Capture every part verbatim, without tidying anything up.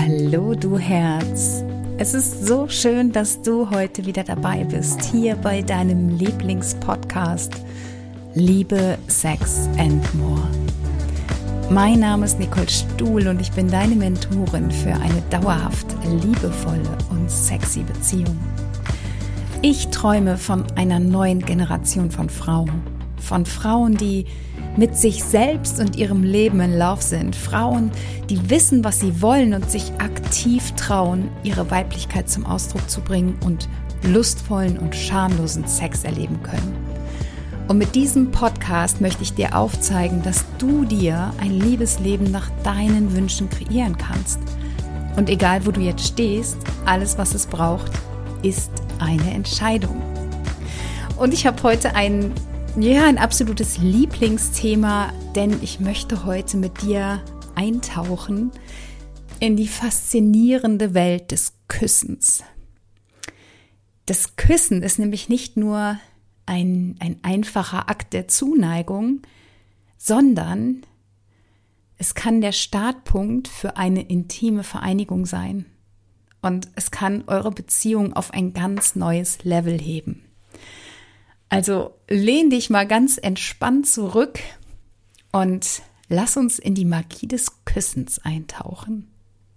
Hallo du Herz, es ist so schön, dass du heute wieder dabei bist, hier bei deinem Lieblingspodcast Liebe, Sex and More. Mein Name ist Nicole Stuhl und ich bin deine Mentorin für eine dauerhaft liebevolle und sexy Beziehung. Ich träume von einer neuen Generation von Frauen, von Frauen, die mit sich selbst und ihrem Leben in Love sind. Frauen, die wissen, was sie wollen und sich aktiv trauen, ihre Weiblichkeit zum Ausdruck zu bringen und lustvollen und schamlosen Sex erleben können. Und mit diesem Podcast möchte ich dir aufzeigen, dass du dir ein Liebesleben nach deinen Wünschen kreieren kannst. Und egal, wo du jetzt stehst, alles, was es braucht, ist eine Entscheidung. Und ich habe heute ein Ja, ein absolutes Lieblingsthema, denn ich möchte heute mit dir eintauchen in die faszinierende Welt des Küssens. Das Küssen ist nämlich nicht nur ein, ein einfacher Akt der Zuneigung, sondern es kann der Startpunkt für eine intime Vereinigung sein. Und es kann eure Beziehung auf ein ganz neues Level heben. Also lehn dich mal ganz entspannt zurück und lass uns in die Magie des Küssens eintauchen.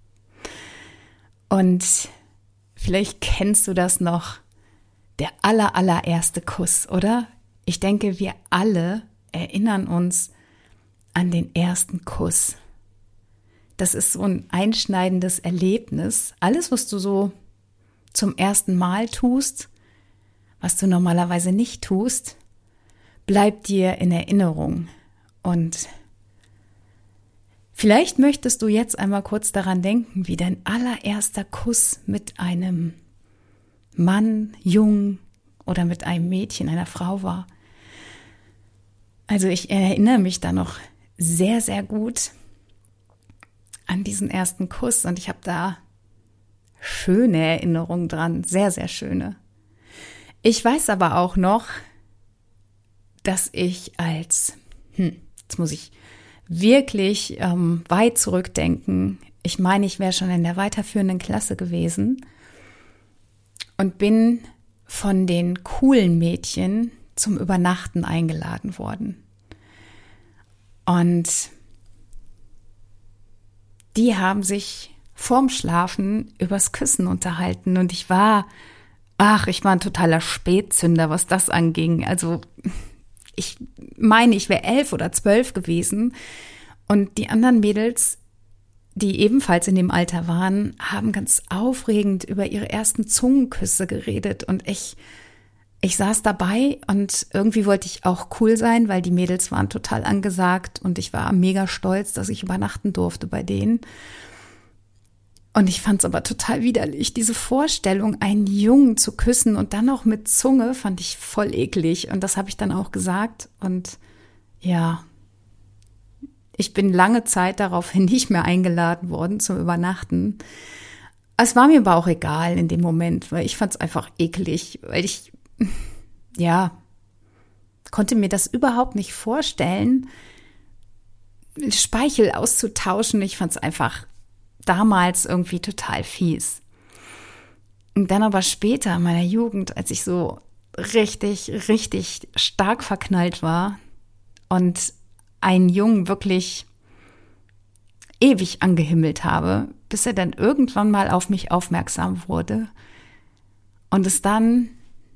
Und vielleicht kennst du das noch, der aller, allererste Kuss, oder? Ich denke, wir alle erinnern uns an den ersten Kuss. Das ist so ein einschneidendes Erlebnis. Alles, was du so zum ersten Mal tust, was du normalerweise nicht tust, bleibt dir in Erinnerung. Und vielleicht möchtest du jetzt einmal kurz daran denken, wie dein allererster Kuss mit einem Mann, Jungen oder mit einem Mädchen, einer Frau war. Also ich erinnere mich da noch sehr, sehr gut an diesen ersten Kuss und ich habe da schöne Erinnerungen dran, sehr, sehr schöne. Ich weiß aber auch noch, dass ich als, hm, jetzt muss ich wirklich ähm, weit zurückdenken. Ich meine, ich wäre schon in der weiterführenden Klasse gewesen und bin von den coolen Mädchen zum Übernachten eingeladen worden. Und die haben sich vorm Schlafen übers Küssen unterhalten und ich war Ach, ich war ein totaler Spätzünder, was das anging. Also ich meine, ich wäre elf oder zwölf gewesen. Und die anderen Mädels, die ebenfalls in dem Alter waren, haben ganz aufregend über ihre ersten Zungenküsse geredet. Und ich, ich saß dabei und irgendwie wollte ich auch cool sein, weil die Mädels waren total angesagt. Und ich war mega stolz, dass ich übernachten durfte bei denen. Und ich fand es aber total widerlich, diese Vorstellung, einen Jungen zu küssen und dann auch mit Zunge, fand ich voll eklig. Und das habe ich dann auch gesagt. Und ja, ich bin lange Zeit daraufhin nicht mehr eingeladen worden zum Übernachten. Es war mir aber auch egal in dem Moment, weil ich fand es einfach eklig, weil ich, ja, konnte mir das überhaupt nicht vorstellen, Speichel auszutauschen. Ich fand es einfach damals irgendwie total fies. Und dann aber später in meiner Jugend, als ich so richtig, richtig stark verknallt war und einen Jungen wirklich ewig angehimmelt habe, bis er dann irgendwann mal auf mich aufmerksam wurde und es dann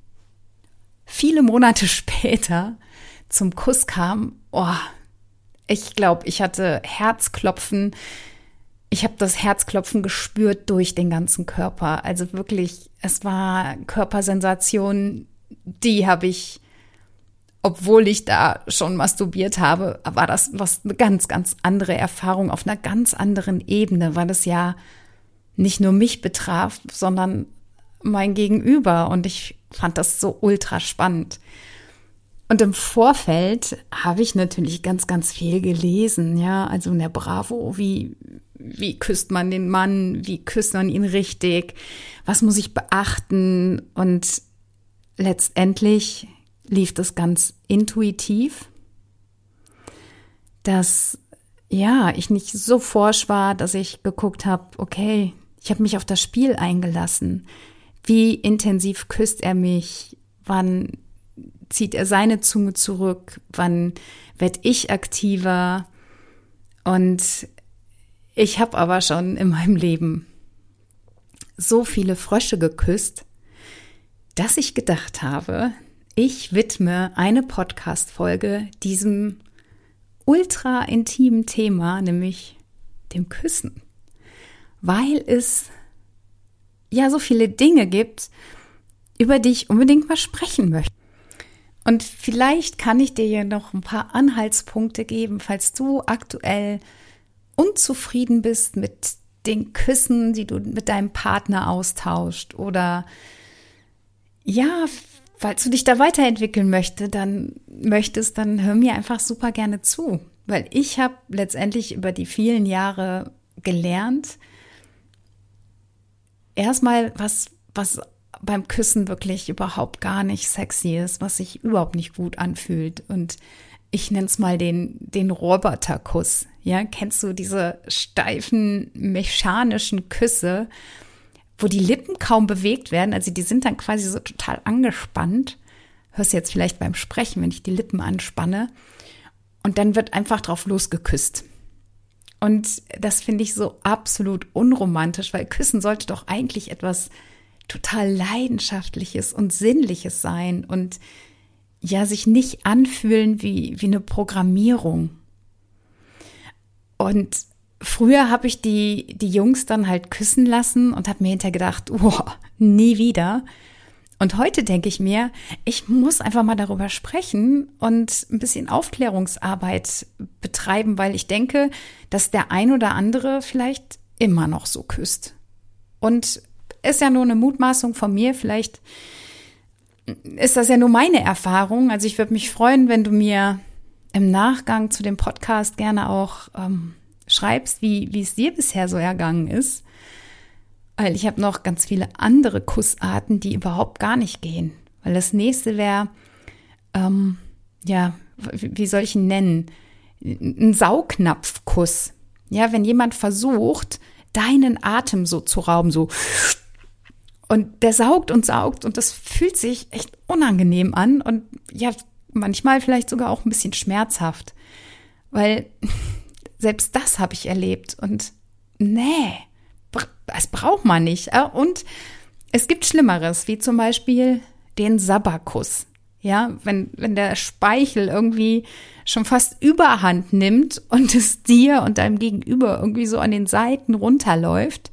viele Monate später zum Kuss kam. Oh, ich glaube, ich hatte Herzklopfen. Ich habe das Herzklopfen gespürt durch den ganzen Körper. Also wirklich, es war Körpersensation, die habe ich, obwohl ich da schon masturbiert habe, war das was eine ganz, ganz andere Erfahrung auf einer ganz anderen Ebene, weil es ja nicht nur mich betraf, sondern mein Gegenüber. Und ich fand das so ultra spannend. Und im Vorfeld habe ich natürlich ganz, ganz viel gelesen, ja, also in der Bravo, wie Wie küsst man den Mann? Wie küsst man ihn richtig? Was muss ich beachten? Und letztendlich lief das ganz intuitiv, dass ja, ich nicht so forsch war, dass ich geguckt habe, okay, ich habe mich auf das Spiel eingelassen. Wie intensiv küsst er mich? Wann zieht er seine Zunge zurück? Wann werde ich aktiver? Und ich habe aber schon in meinem Leben so viele Frösche geküsst, dass ich gedacht habe, ich widme eine Podcast-Folge diesem ultra intimen Thema, nämlich dem Küssen. Weil es ja so viele Dinge gibt, über die ich unbedingt mal sprechen möchte. Und vielleicht kann ich dir ja noch ein paar Anhaltspunkte geben, falls du aktuell unzufrieden bist mit den Küssen, die du mit deinem Partner austauscht, oder ja, falls du dich da weiterentwickeln möchtest, dann möchtest, dann hör mir einfach super gerne zu, weil ich habe letztendlich über die vielen Jahre gelernt, erstmal was was beim Küssen wirklich überhaupt gar nicht sexy ist, was sich überhaupt nicht gut anfühlt. Und ich nenne es mal den, den Roboterkuss. Ja, kennst du diese steifen, mechanischen Küsse, wo die Lippen kaum bewegt werden? Also die sind dann quasi so total angespannt. Hörst du jetzt vielleicht beim Sprechen, wenn ich die Lippen anspanne. Und dann wird einfach drauf losgeküsst. Und das finde ich so absolut unromantisch, weil Küssen sollte doch eigentlich etwas total Leidenschaftliches und Sinnliches sein und ja, sich nicht anfühlen wie, wie eine Programmierung. Und früher habe ich die, die Jungs dann halt küssen lassen und habe mir hinterher gedacht, oh, nie wieder. Und heute denke ich mir, ich muss einfach mal darüber sprechen und ein bisschen Aufklärungsarbeit betreiben, weil ich denke, dass der ein oder andere vielleicht immer noch so küsst. Und ist ja nur eine Mutmaßung von mir, vielleicht ist das ja nur meine Erfahrung. Also ich würde mich freuen, wenn du mir im Nachgang zu dem Podcast gerne auch ähm, schreibst, wie, wie es dir bisher so ergangen ist. Weil ich habe noch ganz viele andere Kussarten, die überhaupt gar nicht gehen. Weil das nächste wäre, ähm, ja, wie soll ich ihn nennen? Ein Saugnapfkuss. Ja, wenn jemand versucht, deinen Atem so zu rauben, so. Und der saugt und saugt und das fühlt sich echt unangenehm an und ja, manchmal vielleicht sogar auch ein bisschen schmerzhaft. Weil selbst das habe ich erlebt und nee, das braucht man nicht. Und es gibt Schlimmeres, wie zum Beispiel den Sabberkuss. Ja, wenn, wenn der Speichel irgendwie schon fast Überhand nimmt und es dir und deinem Gegenüber irgendwie so an den Seiten runterläuft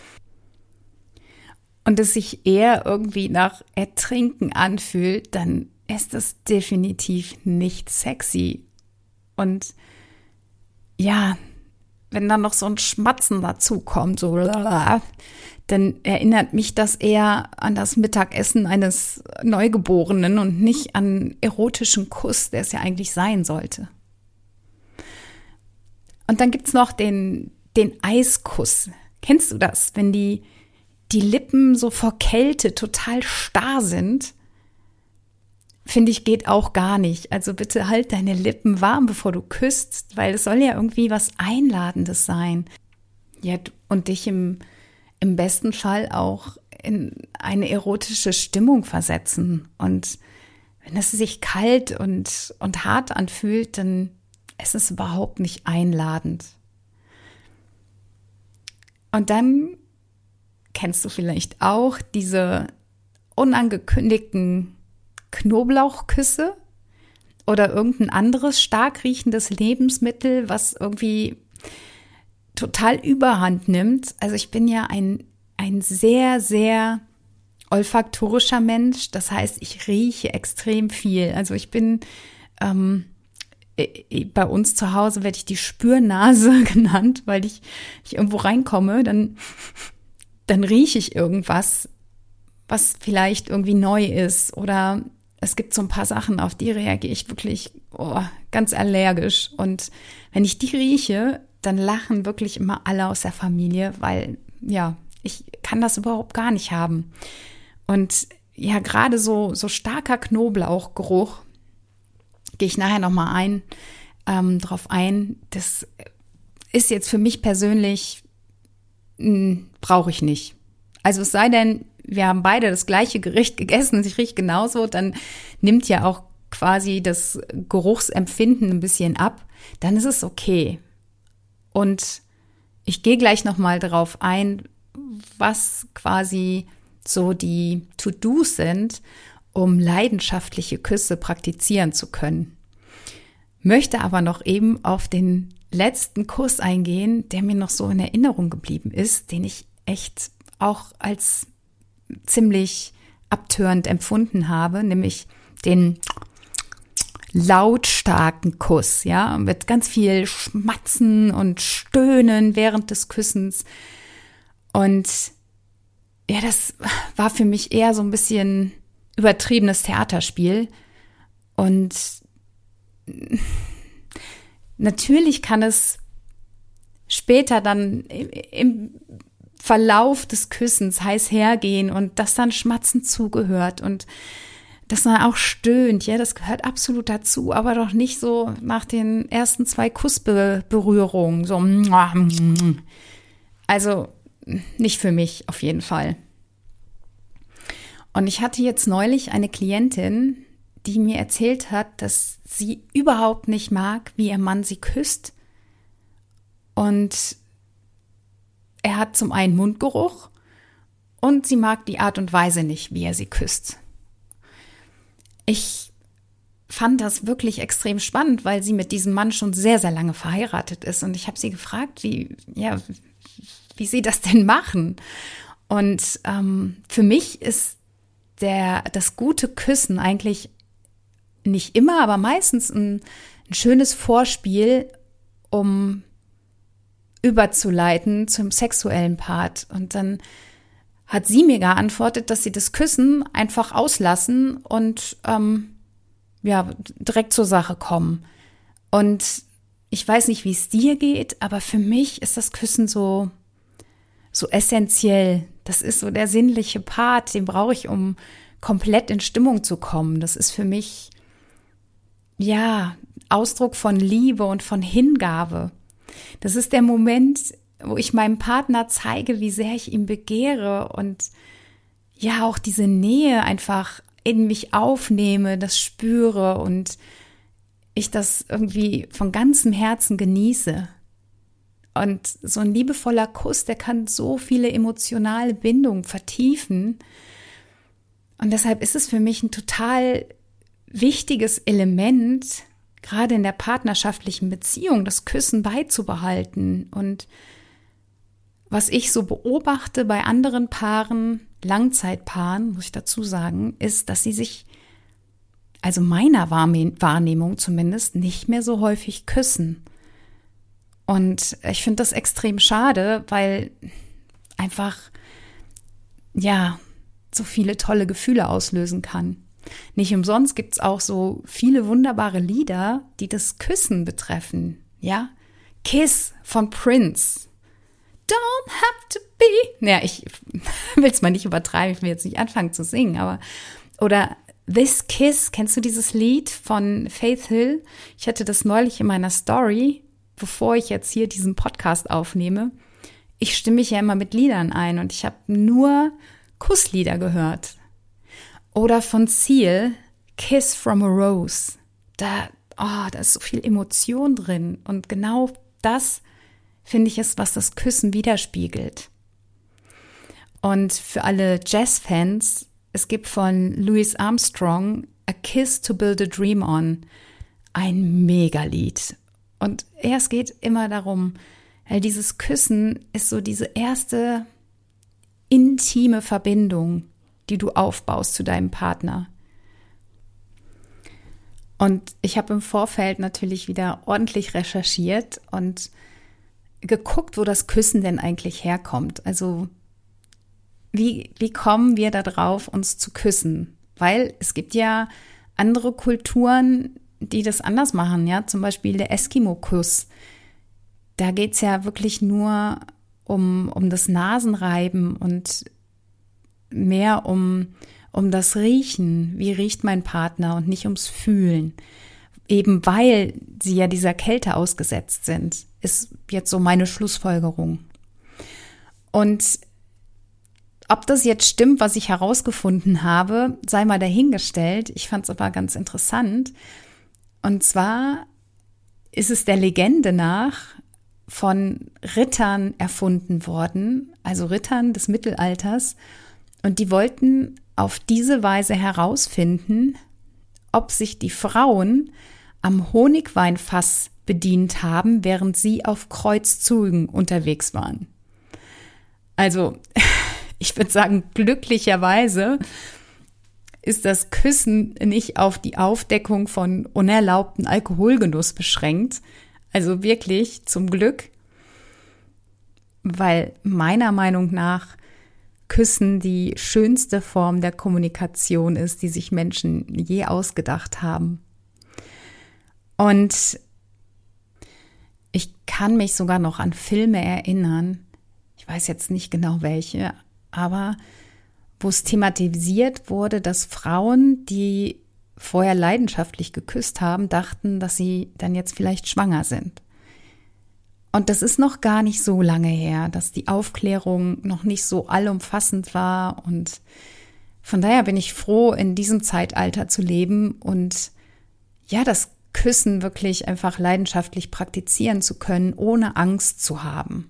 und es sich eher irgendwie nach Ertrinken anfühlt, dann ist das definitiv nicht sexy. Und ja, wenn dann noch so ein Schmatzen dazu kommt, so dann erinnert mich das eher an das Mittagessen eines Neugeborenen und nicht an erotischen Kuss, der es ja eigentlich sein sollte. Und dann gibt's noch den, den Eiskuss. Kennst du das, wenn die die Lippen so vor Kälte total starr sind? Finde ich, geht auch gar nicht. Also bitte halt deine Lippen warm, bevor du küsst, weil es soll ja irgendwie was Einladendes sein. Ja, und dich im, im besten Fall auch in eine erotische Stimmung versetzen. Und wenn es sich kalt und, und hart anfühlt, dann ist es überhaupt nicht einladend. Und dann kennst du vielleicht auch diese unangekündigten Knoblauchküsse oder irgendein anderes stark riechendes Lebensmittel, was irgendwie total Überhand nimmt. Also ich bin ja ein, ein sehr, sehr olfaktorischer Mensch. Das heißt, ich rieche extrem viel. Also ich bin, ähm, bei uns zu Hause werde ich die Spürnase genannt, weil ich, ich irgendwo reinkomme, dann dann rieche ich irgendwas, was vielleicht irgendwie neu ist. Oder es gibt so ein paar Sachen, auf die reagiere ich wirklich oh, ganz allergisch. Und wenn ich die rieche, dann lachen wirklich immer alle aus der Familie, weil ja, ich kann das überhaupt gar nicht haben. Und ja, gerade so, so starker Knoblauchgeruch, gehe ich nachher nochmal ein, ähm, drauf ein, das ist jetzt für mich persönlich, brauche ich nicht. Also es sei denn, wir haben beide das gleiche Gericht gegessen und ich rieche genauso, dann nimmt ja auch quasi das Geruchsempfinden ein bisschen ab, dann ist es okay. Und ich gehe gleich nochmal darauf ein, was quasi so die To-Dos sind, um leidenschaftliche Küsse praktizieren zu können. Möchte aber noch eben auf den letzten Kuss eingehen, der mir noch so in Erinnerung geblieben ist, den ich echt auch als ziemlich abtörend empfunden habe, nämlich den lautstarken Kuss, ja, mit ganz viel Schmatzen und Stöhnen während des Küssens. Und ja, das war für mich eher so ein bisschen übertriebenes Theaterspiel. Und natürlich kann es später dann im Verlauf des Küssens heiß hergehen und dass dann Schmatzen zugehört und dass man auch stöhnt, ja, das gehört absolut dazu, aber doch nicht so nach den ersten zwei Kussberührungen, so, also nicht für mich auf jeden Fall. Und ich hatte jetzt neulich eine Klientin, die mir erzählt hat, dass sie überhaupt nicht mag, wie ihr Mann sie küsst. Und er hat zum einen Mundgeruch und sie mag die Art und Weise nicht, wie er sie küsst. Ich fand das wirklich extrem spannend, weil sie mit diesem Mann schon sehr, sehr lange verheiratet ist. Und ich habe sie gefragt, wie, ja, wie sie das denn machen. Und ähm, für mich ist der, das gute Küssen eigentlich nicht immer, aber meistens ein, ein schönes Vorspiel, um überzuleiten zum sexuellen Part. Und dann hat sie mir geantwortet, dass sie das Küssen einfach auslassen und ähm, ja, direkt zur Sache kommen. Und ich weiß nicht, wie es dir geht, aber für mich ist das Küssen so, so essentiell. Das ist so der sinnliche Part, den brauche ich, um komplett in Stimmung zu kommen. Das ist für mich, ja, Ausdruck von Liebe und von Hingabe. Das ist der Moment, wo ich meinem Partner zeige, wie sehr ich ihn begehre und ja, auch diese Nähe einfach in mich aufnehme, das spüre und ich das irgendwie von ganzem Herzen genieße. Und so ein liebevoller Kuss, der kann so viele emotionale Bindungen vertiefen. Und deshalb ist es für mich ein total wichtiges Element, gerade in der partnerschaftlichen Beziehung, das Küssen beizubehalten. Und was ich so beobachte bei anderen Paaren, Langzeitpaaren, muss ich dazu sagen, ist, dass sie sich, also meiner Wahrnehmung zumindest, nicht mehr so häufig küssen. Und ich finde das extrem schade, weil einfach, ja, so viele tolle Gefühle auslösen kann. Nicht umsonst gibt es auch so viele wunderbare Lieder, die das Küssen betreffen, ja? Kiss von Prince. Don't have to be. Naja, ich will es mal nicht übertreiben, ich will jetzt nicht anfangen zu singen, aber oder This Kiss, kennst du dieses Lied von Faith Hill? Ich hatte das neulich in meiner Story, bevor ich jetzt hier diesen Podcast aufnehme. Ich stimme mich ja immer mit Liedern ein und ich habe nur Kusslieder gehört. Oder von Seal, Kiss from a Rose. Da, oh, da ist so viel Emotion drin. Und genau das, finde ich, ist, was das Küssen widerspiegelt. Und für alle Jazz-Fans, es gibt von Louis Armstrong A Kiss to Build a Dream On. Ein Megalied. Und ja, es geht immer darum, weil dieses Küssen ist so diese erste intime Verbindung, die du aufbaust zu deinem Partner. Und ich habe im Vorfeld natürlich wieder ordentlich recherchiert und geguckt, wo das Küssen denn eigentlich herkommt. Also wie, wie kommen wir da drauf, uns zu küssen? Weil es gibt ja andere Kulturen, die das anders machen, ja, zum Beispiel der Eskimo-Kuss. Da geht es ja wirklich nur um, um das Nasenreiben und mehr um, um das Riechen. Wie riecht mein Partner und nicht ums Fühlen. eben weil sie ja dieser Kälte ausgesetzt sind, ist jetzt so meine Schlussfolgerung. Und ob das jetzt stimmt, was ich herausgefunden habe, sei mal dahingestellt. Ich fand es aber ganz interessant. Und zwar ist es der Legende nach von Rittern erfunden worden, also Rittern des Mittelalters. Und die wollten auf diese Weise herausfinden, ob sich die Frauen am Honigweinfass bedient haben, während sie auf Kreuzzügen unterwegs waren. Also, ich würde sagen, glücklicherweise ist das Küssen nicht auf die Aufdeckung von unerlaubten Alkoholgenuss beschränkt. Also wirklich zum Glück, weil meiner Meinung nach Küssen die schönste Form der Kommunikation ist, die sich Menschen je ausgedacht haben. Und ich kann mich sogar noch an Filme erinnern, ich weiß jetzt nicht genau welche, aber wo es thematisiert wurde, dass Frauen, die vorher leidenschaftlich geküsst haben, dachten, dass sie dann jetzt vielleicht schwanger sind. Und das ist noch gar nicht so lange her, dass die Aufklärung noch nicht so allumfassend war. Und von daher bin ich froh, in diesem Zeitalter zu leben und ja, das Küssen wirklich einfach leidenschaftlich praktizieren zu können, ohne Angst zu haben.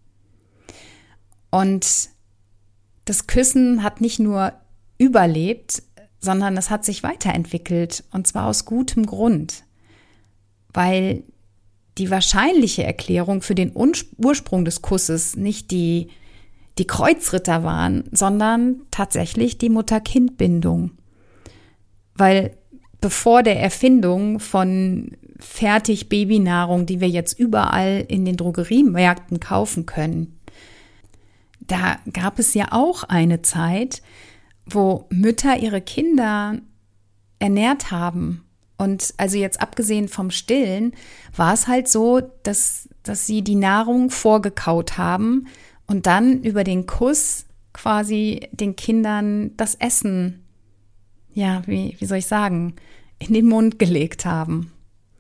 Und das Küssen hat nicht nur überlebt, sondern es hat sich weiterentwickelt, und zwar aus gutem Grund, weil die wahrscheinliche Erklärung für den Ursprung des Kusses nicht die, die Kreuzritter waren, sondern tatsächlich die Mutter-Kind-Bindung. Weil bevor der Erfindung von Fertig-Babynahrung, die wir jetzt überall in den Drogeriemärkten kaufen können, da gab es ja auch eine Zeit, wo Mütter ihre Kinder ernährt haben. Und also jetzt abgesehen vom Stillen war es halt so, dass, dass sie die Nahrung vorgekaut haben und dann über den Kuss quasi den Kindern das Essen, ja, wie, wie soll ich sagen, in den Mund gelegt haben.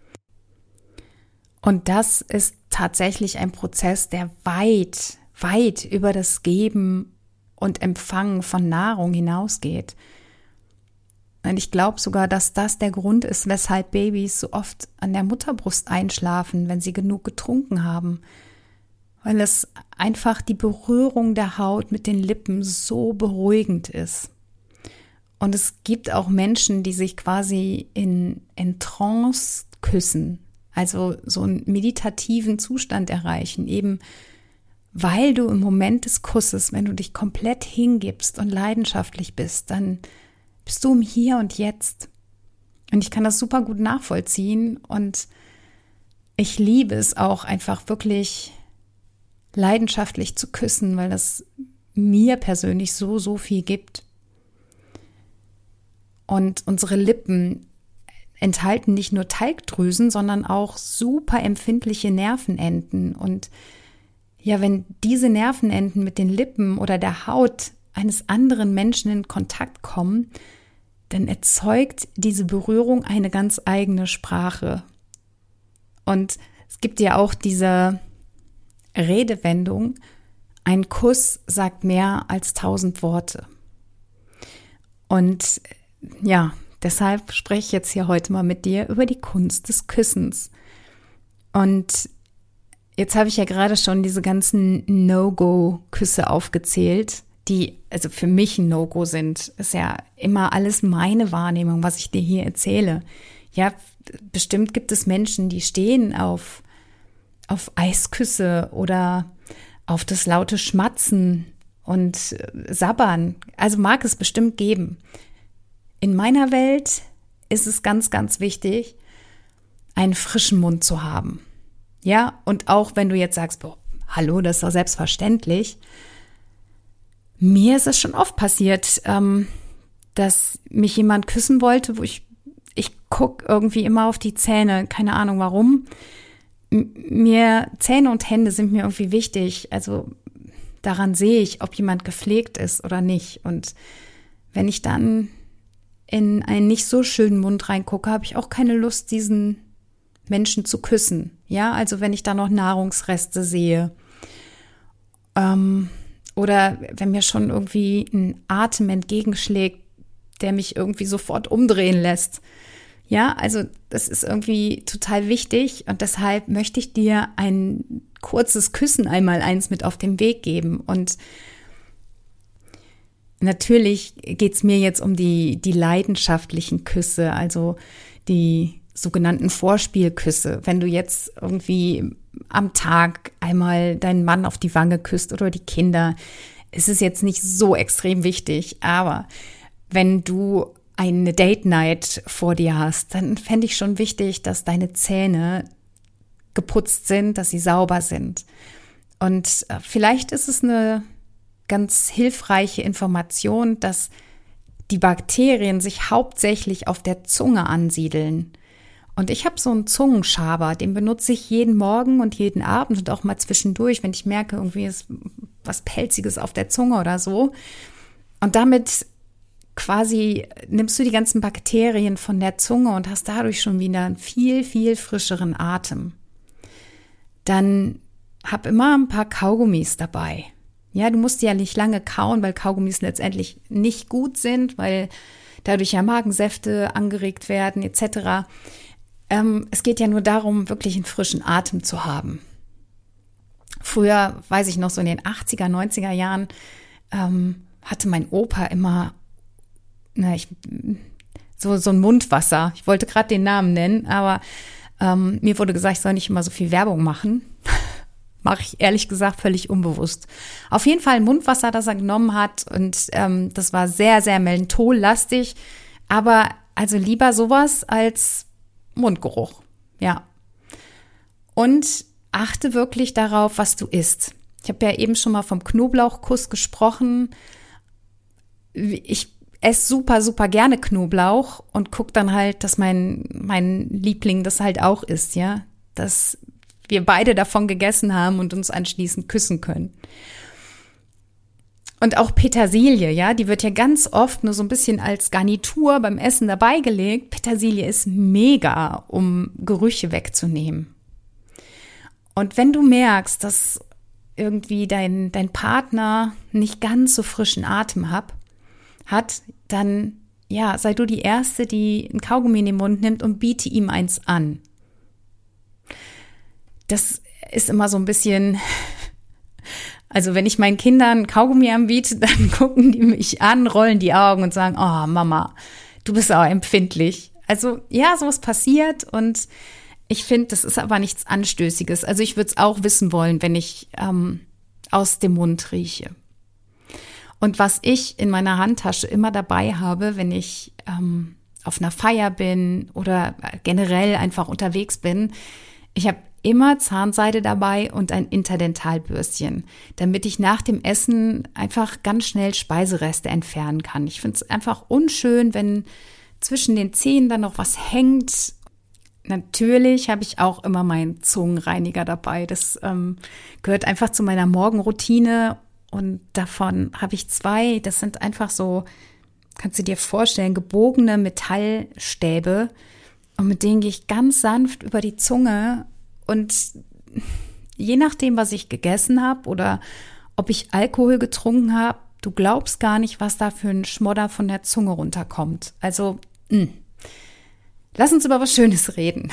Und das ist tatsächlich ein Prozess, der weit, weit über das Geben und Empfangen von Nahrung hinausgeht. Und ich glaube sogar, dass das der Grund ist, weshalb Babys so oft an der Mutterbrust einschlafen, wenn sie genug getrunken haben. Weil es einfach die Berührung der Haut mit den Lippen so beruhigend ist. Und es gibt auch Menschen, die sich quasi in, in Trance küssen, also so einen meditativen Zustand erreichen, eben weil du im Moment des Kusses, wenn du dich komplett hingibst und leidenschaftlich bist, dann bist du im Hier und Jetzt. Und ich kann das super gut nachvollziehen und ich liebe es auch einfach wirklich leidenschaftlich zu küssen, weil das mir persönlich so, so viel gibt. Und unsere Lippen enthalten nicht nur Talgdrüsen, sondern auch super empfindliche Nervenenden. Und ja, wenn diese Nervenenden mit den Lippen oder der Haut eines anderen Menschen in Kontakt kommen, dann erzeugt diese Berührung eine ganz eigene Sprache. Und es gibt ja auch diese Redewendung, ein Kuss sagt mehr als tausend Worte. Und ja, deshalb spreche ich jetzt hier heute mal mit dir über die Kunst des Küssens. Und jetzt habe ich ja gerade schon diese ganzen No-Go-Küsse aufgezählt, die also für mich ein No-Go sind. Ist ja immer alles meine Wahrnehmung, was ich dir hier erzähle. Ja, bestimmt gibt es Menschen, die stehen auf, auf Eisküsse oder auf das laute Schmatzen und Sabbern. Also mag es bestimmt geben. In meiner Welt ist es ganz, ganz wichtig, einen frischen Mund zu haben. Ja, und auch wenn du jetzt sagst, boah, hallo, das ist doch selbstverständlich. Mir ist es schon oft passiert, ähm, dass mich jemand küssen wollte, wo ich, ich gucke irgendwie immer auf die Zähne, keine Ahnung warum. M- mir, Zähne und Hände sind mir irgendwie wichtig, also daran sehe ich, ob jemand gepflegt ist oder nicht. Und wenn ich dann in einen nicht so schönen Mund reingucke, habe ich auch keine Lust, diesen Menschen zu küssen. Ja, also wenn ich da noch Nahrungsreste sehe. Ähm, oder wenn mir schon irgendwie ein Atem entgegenschlägt, der mich irgendwie sofort umdrehen lässt. Ja, also das ist irgendwie total wichtig und deshalb möchte ich dir ein kurzes Küssen einmal eins mit auf den Weg geben. Und natürlich geht's mir jetzt um die, die leidenschaftlichen Küsse, also die sogenannten Vorspielküsse. Wenn du jetzt irgendwie am Tag einmal deinen Mann auf die Wange küsst oder die Kinder, ist es jetzt nicht so extrem wichtig. Aber wenn du eine Date Night vor dir hast, dann fände ich schon wichtig, dass deine Zähne geputzt sind, dass sie sauber sind. Und vielleicht ist es eine ganz hilfreiche Information, dass die Bakterien sich hauptsächlich auf der Zunge ansiedeln. Und ich habe so einen Zungenschaber, den benutze ich jeden Morgen und jeden Abend und auch mal zwischendurch, wenn ich merke, irgendwie ist was Pelziges auf der Zunge oder so. Und damit quasi nimmst du die ganzen Bakterien von der Zunge und hast dadurch schon wieder einen viel, viel frischeren Atem. Dann hab immer ein paar Kaugummis dabei. Ja, du musst die ja nicht lange kauen, weil Kaugummis letztendlich nicht gut sind, weil dadurch ja Magensäfte angeregt werden et cetera. Ähm, es geht ja nur darum, wirklich einen frischen Atem zu haben. Früher, weiß ich noch, so in den achtziger, neunziger Jahren, ähm, hatte mein Opa immer na, ich, so, so ein Mundwasser. Ich wollte gerade den Namen nennen, aber ähm, mir wurde gesagt, ich soll nicht immer so viel Werbung machen. Mache ich ehrlich gesagt völlig unbewusst. Auf jeden Fall ein Mundwasser, das er genommen hat und ähm, das war sehr, sehr menthollastig, aber also lieber sowas als Mundgeruch, ja. Und achte wirklich darauf, was du isst. Ich habe ja eben schon mal vom Knoblauchkuss gesprochen. Ich esse super, super gerne Knoblauch und guck dann halt, dass mein, mein Liebling das halt auch isst, ja. Dass wir beide davon gegessen haben und uns anschließend küssen können. Und auch Petersilie, ja, die wird ja ganz oft nur so ein bisschen als Garnitur beim Essen dabei gelegt. Petersilie ist mega, um Gerüche wegzunehmen. Und wenn du merkst, dass irgendwie dein, dein Partner nicht ganz so frischen Atem hat, hat, dann ja, sei du die Erste, die ein Kaugummi in den Mund nimmt und biete ihm eins an. Das ist immer so ein bisschen, also wenn ich meinen Kindern Kaugummi anbiete, dann gucken die mich an, rollen die Augen und sagen, oh Mama, du bist auch empfindlich. Also ja, sowas passiert und ich finde, das ist aber nichts Anstößiges. Also ich würde es auch wissen wollen, wenn ich ähm, aus dem Mund rieche. Und was ich in meiner Handtasche immer dabei habe, wenn ich ähm, auf einer Feier bin oder generell einfach unterwegs bin, ich habe immer Zahnseide dabei und ein Interdentalbürstchen, damit ich nach dem Essen einfach ganz schnell Speisereste entfernen kann. Ich finde es einfach unschön, wenn zwischen den Zähnen dann noch was hängt. Natürlich habe ich auch immer meinen Zungenreiniger dabei. Das ähm, gehört einfach zu meiner Morgenroutine. Und davon habe ich zwei, das sind einfach so, kannst du dir vorstellen, gebogene Metallstäbe. Und mit denen gehe ich ganz sanft über die Zunge. Und je nachdem, was ich gegessen habe oder ob ich Alkohol getrunken habe, du glaubst gar nicht, was da für ein Schmodder von der Zunge runterkommt. Also, mh. Lass uns über was Schönes reden.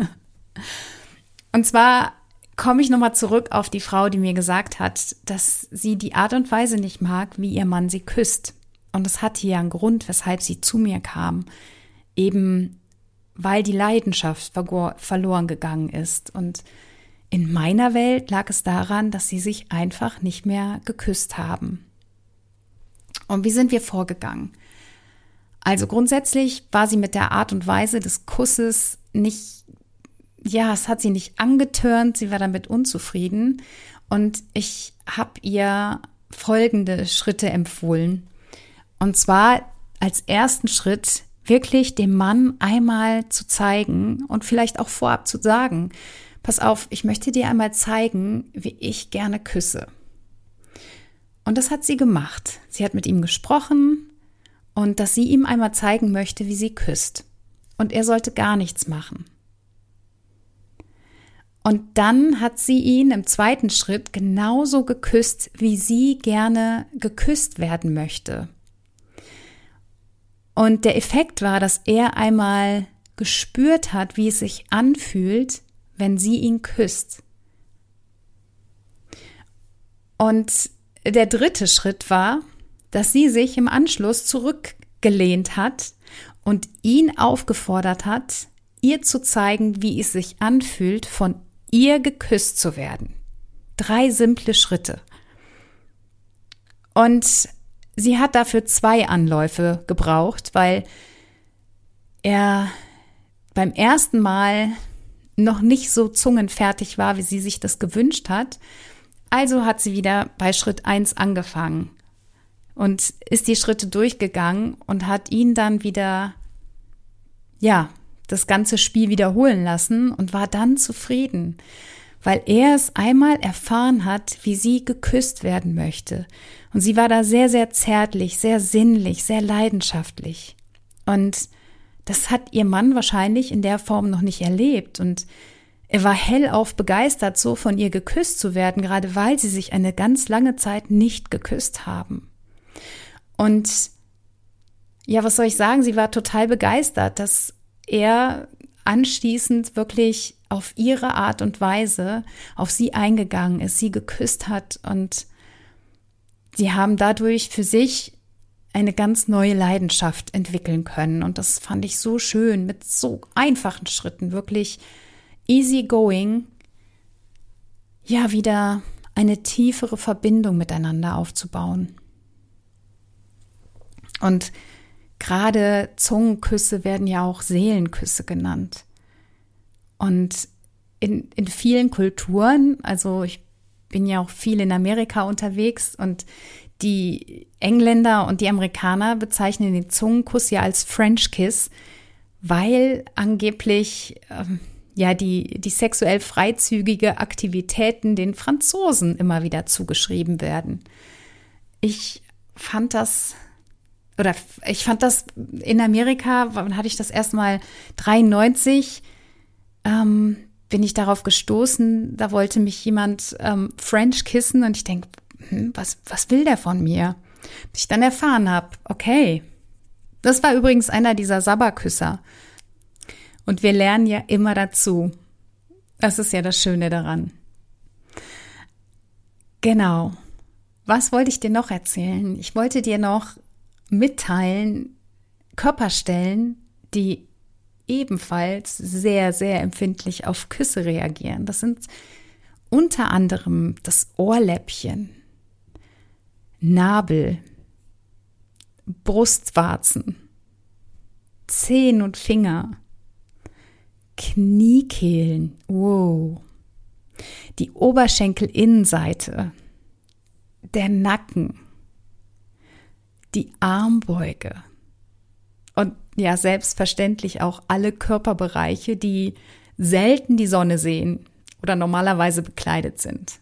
Und zwar komme ich nochmal zurück auf die Frau, die mir gesagt hat, dass sie die Art und Weise nicht mag, wie ihr Mann sie küsst. Und es hatte ja einen Grund, weshalb sie zu mir kam. Eben, weil die Leidenschaft verloren gegangen ist. Und in meiner Welt lag es daran, dass sie sich einfach nicht mehr geküsst haben. Und wie sind wir vorgegangen? Also grundsätzlich war sie mit der Art und Weise des Kusses nicht, ja, es hat sie nicht angetörnt, sie war damit unzufrieden. Und ich habe ihr folgende Schritte empfohlen. Und zwar als ersten Schritt wirklich dem Mann einmal zu zeigen und vielleicht auch vorab zu sagen, pass auf, ich möchte dir einmal zeigen, wie ich gerne küsse. Und das hat sie gemacht. Sie hat mit ihm gesprochen und dass sie ihm einmal zeigen möchte, wie sie küsst. Und er sollte gar nichts machen. Und dann hat sie ihn im zweiten Schritt genauso geküsst, wie sie gerne geküsst werden möchte. Und der Effekt war, dass er einmal gespürt hat, wie es sich anfühlt, wenn sie ihn küsst. Und der dritte Schritt war, dass sie sich im Anschluss zurückgelehnt hat und ihn aufgefordert hat, ihr zu zeigen, wie es sich anfühlt, von ihr geküsst zu werden. Drei simple Schritte. Und sie hat dafür zwei Anläufe gebraucht, weil er beim ersten Mal noch nicht so zungenfertig war, wie sie sich das gewünscht hat. Also hat sie wieder bei Schritt eins angefangen und ist die Schritte durchgegangen und hat ihn dann wieder, ja, das ganze Spiel wiederholen lassen und war dann zufrieden, weil er es einmal erfahren hat, wie sie geküsst werden möchte. Und sie war da sehr, sehr zärtlich, sehr sinnlich, sehr leidenschaftlich. Und das hat ihr Mann wahrscheinlich in der Form noch nicht erlebt. Und er war hellauf begeistert, so von ihr geküsst zu werden, gerade weil sie sich eine ganz lange Zeit nicht geküsst haben. Und ja, was soll ich sagen? Sie war total begeistert, dass er anschließend wirklich auf ihre Art und Weise auf sie eingegangen ist, sie geküsst hat, und sie haben dadurch für sich eine ganz neue Leidenschaft entwickeln können. Und das fand ich so schön, mit so einfachen Schritten, wirklich easy going, ja, wieder eine tiefere Verbindung miteinander aufzubauen. Und gerade Zungenküsse werden ja auch Seelenküsse genannt. Und in, in vielen Kulturen, also ich bin ja auch viel in Amerika unterwegs, und die Engländer und die Amerikaner bezeichnen den Zungenkuss ja als French Kiss, weil angeblich ähm, ja die, die sexuell freizügige Aktivitäten den Franzosen immer wieder zugeschrieben werden. Ich fand das Oder ich fand das in Amerika, wann hatte ich das erstmal, dreiundneunzig, ähm, bin ich darauf gestoßen, da wollte mich jemand ähm, French kissen, und ich denke, hm, was, was will der von mir? Bis ich dann erfahren habe, okay, das war übrigens einer dieser Sabberküsser. Und wir lernen ja immer dazu. Das ist ja das Schöne daran. Genau. Was wollte ich dir noch erzählen? Ich wollte dir noch mitteilen, Körperstellen, die ebenfalls sehr, sehr empfindlich auf Küsse reagieren. Das sind unter anderem das Ohrläppchen, Nabel, Brustwarzen, Zehen und Finger, Kniekehlen, wow, die Oberschenkelinnenseite, der Nacken, die Armbeuge und ja, selbstverständlich auch alle Körperbereiche, die selten die Sonne sehen oder normalerweise bekleidet sind.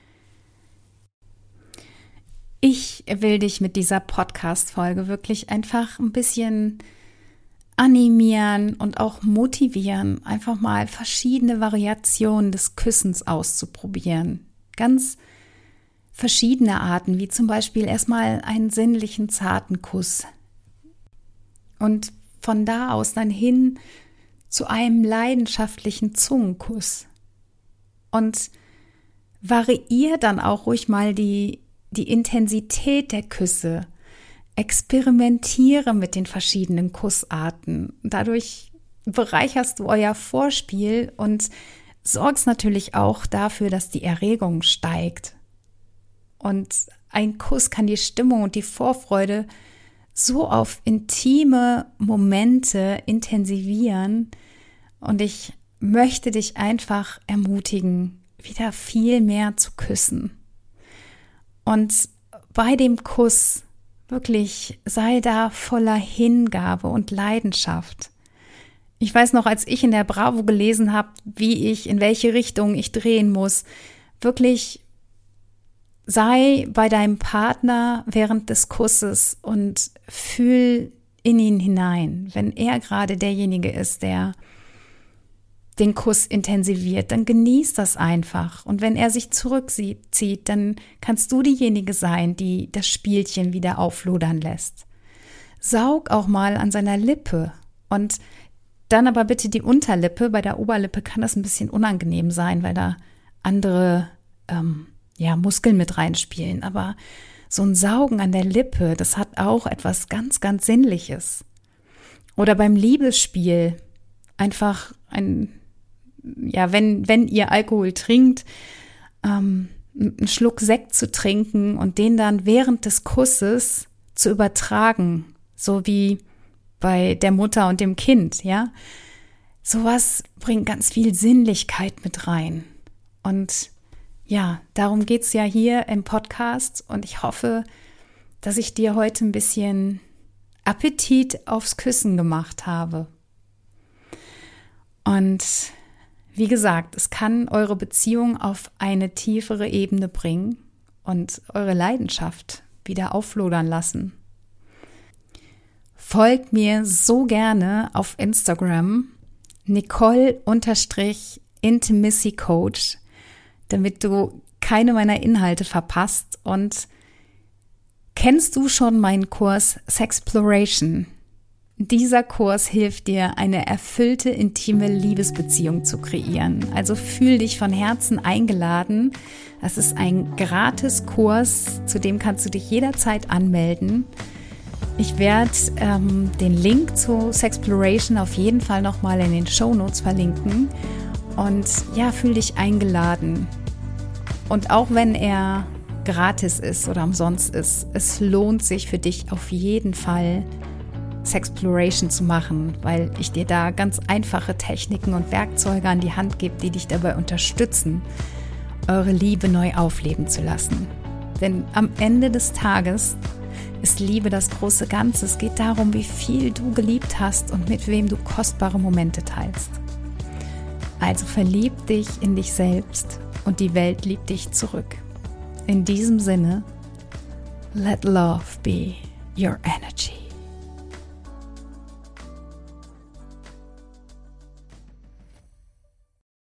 Ich will dich mit dieser Podcast-Folge wirklich einfach ein bisschen animieren und auch motivieren, einfach mal verschiedene Variationen des Küssens auszuprobieren. Ganz verschiedene Arten, wie zum Beispiel erstmal einen sinnlichen, zarten Kuss. Und von da aus dann hin zu einem leidenschaftlichen Zungenkuss. Und variier dann auch ruhig mal die, die Intensität der Küsse. Experimentiere mit den verschiedenen Kussarten. Dadurch bereicherst du euer Vorspiel und sorgst natürlich auch dafür, dass die Erregung steigt. Und ein Kuss kann die Stimmung und die Vorfreude so auf intime Momente intensivieren. Und ich möchte dich einfach ermutigen, wieder viel mehr zu küssen. Und bei dem Kuss wirklich sei da voller Hingabe und Leidenschaft. Ich weiß noch, als ich in der Bravo gelesen habe, wie ich, in welche Richtung ich drehen muss, wirklich sei bei deinem Partner während des Kusses und fühl in ihn hinein. Wenn er gerade derjenige ist, der den Kuss intensiviert, dann genieß das einfach. Und wenn er sich zurückzieht, dann kannst du diejenige sein, die das Spielchen wieder auflodern lässt. Saug auch mal an seiner Lippe und dann aber bitte die Unterlippe. Bei der Oberlippe kann das ein bisschen unangenehm sein, weil da andere ähm, ja, Muskeln mit reinspielen. Aber so ein Saugen an der Lippe, das hat auch etwas ganz, ganz Sinnliches. Oder beim Liebesspiel einfach ein ja, wenn, wenn ihr Alkohol trinkt, ähm, einen Schluck Sekt zu trinken und den dann während des Kusses zu übertragen, so wie bei der Mutter und dem Kind, ja. Sowas bringt ganz viel Sinnlichkeit mit rein. Und ja, darum geht's ja hier im Podcast und ich hoffe, dass ich dir heute ein bisschen Appetit aufs Küssen gemacht habe. Und wie gesagt, es kann eure Beziehung auf eine tiefere Ebene bringen und eure Leidenschaft wieder auflodern lassen. Folgt mir so gerne auf Instagram Nicole-Intimacy Coach, damit du keine meiner Inhalte verpasst. Und kennst du schon meinen Kurs Sexploration? Dieser Kurs hilft dir, eine erfüllte, intime Liebesbeziehung zu kreieren. Also fühl dich von Herzen eingeladen. Das ist ein Gratis-Kurs, zu dem kannst du dich jederzeit anmelden. Ich werde ähm, den Link zu Sexploration auf jeden Fall nochmal in den Shownotes verlinken. Und ja, fühl dich eingeladen. Und auch wenn er gratis ist oder umsonst ist, es lohnt sich für dich auf jeden Fall, Sexploration zu machen, weil ich dir da ganz einfache Techniken und Werkzeuge an die Hand gebe, die dich dabei unterstützen, eure Liebe neu aufleben zu lassen. Denn am Ende des Tages ist Liebe das große Ganze. Es geht darum, wie viel du geliebt hast und mit wem du kostbare Momente teilst. Also verlieb dich in dich selbst und die Welt liebt dich zurück. In diesem Sinne, let love be your energy.